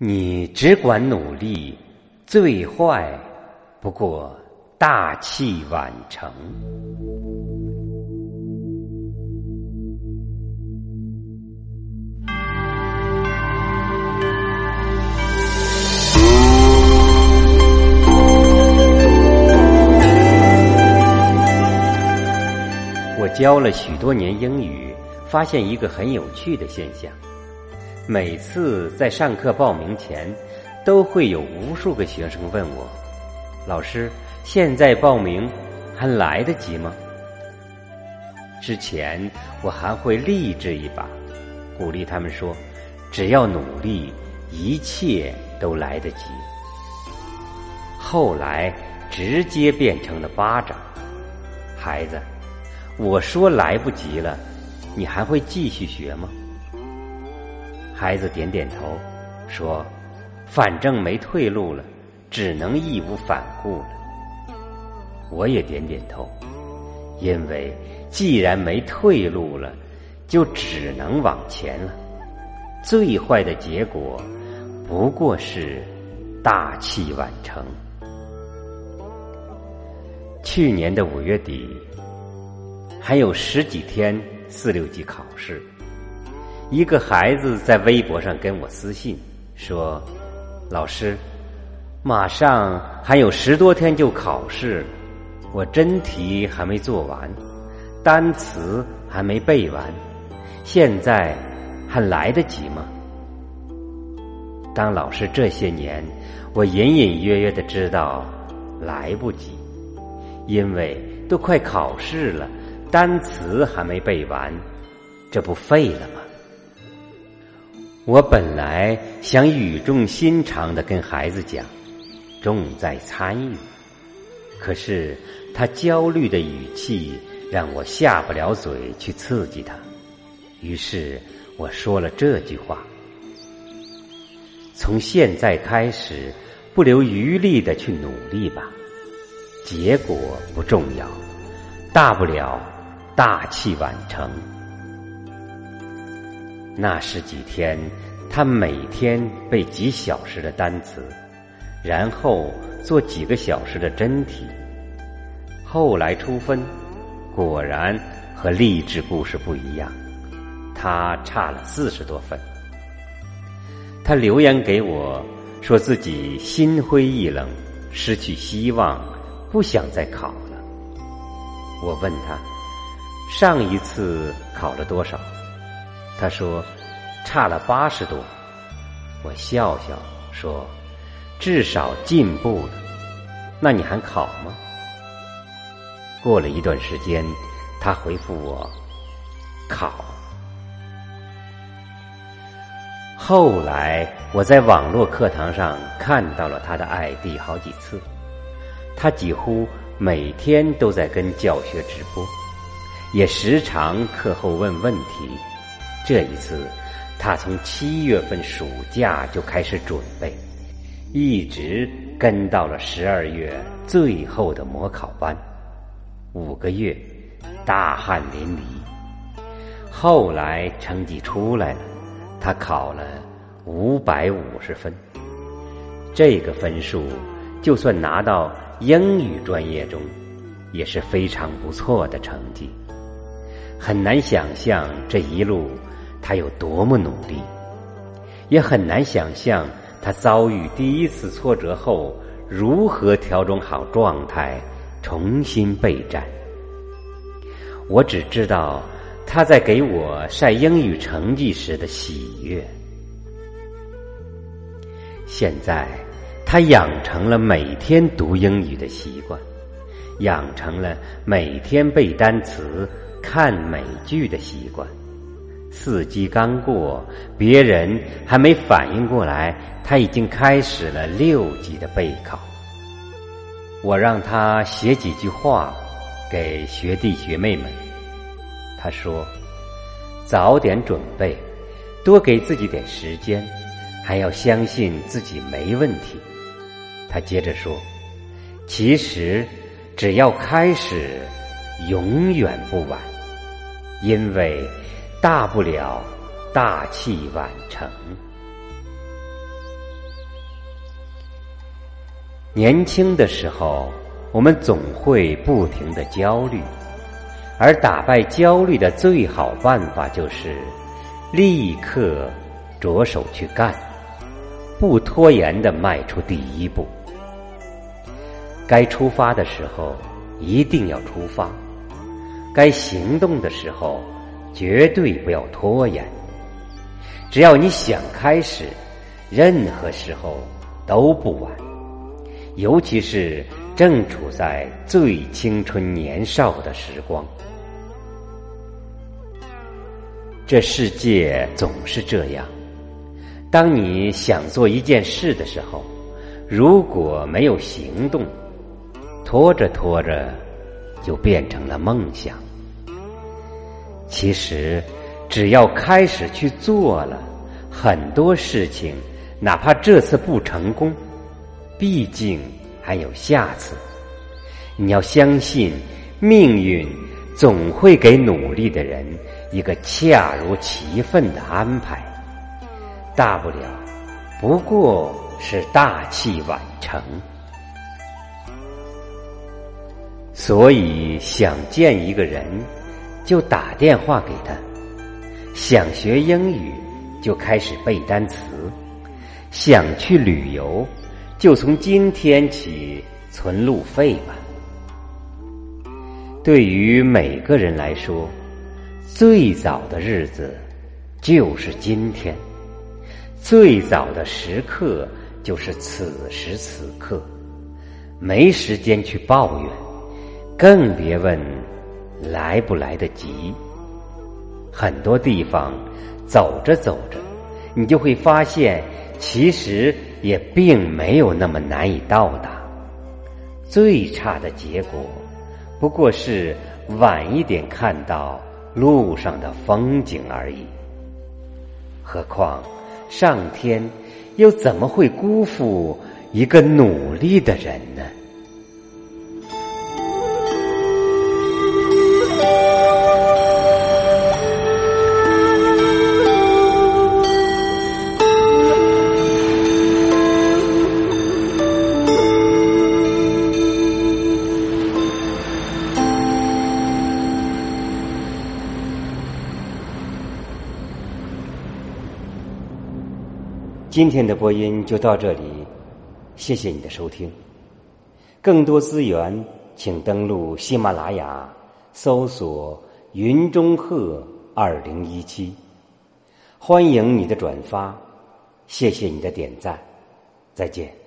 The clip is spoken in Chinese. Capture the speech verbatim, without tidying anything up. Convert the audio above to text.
你只管努力，最坏不过大器晚成。我教了许多年英语，发现一个很有趣的现象。每次在上课报名前，都会有无数个学生问我，老师，现在报名还来得及吗？之前我还会励志一把，鼓励他们说，只要努力，一切都来得及。后来直接变成了巴掌，孩子，我说来不及了，你还会继续学吗？孩子点点头，说，反正没退路了，只能义无反顾了。我也点点头，因为既然没退路了，就只能往前了。最坏的结果不过是大器晚成。去年的五月底，还有十几天四六级考试，一个孩子在微博上跟我私信说，老师，马上还有十多天就考试，我真题还没做完，单词还没背完，现在还来得及吗？当老师这些年，我隐隐约约地知道来不及，因为都快考试了，单词还没背完，这不废了吗？我本来想语重心长地跟孩子讲，重在参与，可是他焦虑的语气让我下不了嘴去刺激他，于是我说了这句话，从现在开始不留余力地去努力吧，结果不重要，大不了大器晚成。那十几天，他每天背几小时的单词，然后做几个小时的真题。后来出分，果然和励志故事不一样，他差了四十多分。他留言给我，说自己心灰意冷，失去希望，不想再考了。我问他，上一次考了多少？他说差了八十多。我笑笑说，至少进步了，那你还考吗？过了一段时间，他回复我，考。后来我在网络课堂上看到了他的 I D 好几次，他几乎每天都在跟教学直播，也时常课后问问题。这一次他从七月份暑假就开始准备，一直跟到了十二月最后的模考班，五个月大汗淋漓。后来成绩出来了，他考了五百五十分，这个分数就算拿到英语专业中也是非常不错的成绩。很难想象这一路他有多么努力，也很难想象他遭遇第一次挫折后如何调整好状态，重新备战。我只知道他在给我晒英语成绩时的喜悦。现在他养成了每天读英语的习惯，养成了每天背单词、看美剧的习惯。四级刚过，别人还没反应过来，他已经开始了六级的备考。我让他写几句话给学弟学妹们，他说，早点准备，多给自己点时间，还要相信自己没问题。他接着说，其实只要开始，永远不晚，因为大不了大器晚成。 年轻的时候，我们总会不停地焦虑，而打败焦虑的最好办法就是立刻着手去干，不拖延地迈出第一步。该出发的时候一定要出发，该行动的时候绝对不要拖延。只要你想开始，任何时候都不晚，尤其是正处在最青春年少的时光。这世界总是这样，当你想做一件事的时候，如果没有行动，拖着拖着就变成了梦想。其实只要开始去做了，很多事情哪怕这次不成功，毕竟还有下次。你要相信命运总会给努力的人一个恰如其分的安排，大不了不过是大器晚成。所以想见一个人就打电话给他，想学英语就开始背单词，想去旅游就从今天起存路费吧。对于每个人来说，最早的日子就是今天，最早的时刻就是此时此刻。没时间去抱怨，更别问来不来得及。很多地方走着走着，你就会发现其实也并没有那么难以到达，最差的结果不过是晚一点看到路上的风景而已。何况上天又怎么会辜负一个努力的人呢？今天的播音就到这里，谢谢你的收听。更多资源请登录喜马拉雅，搜索云中鹤二零一七。欢迎你的转发，谢谢你的点赞，再见。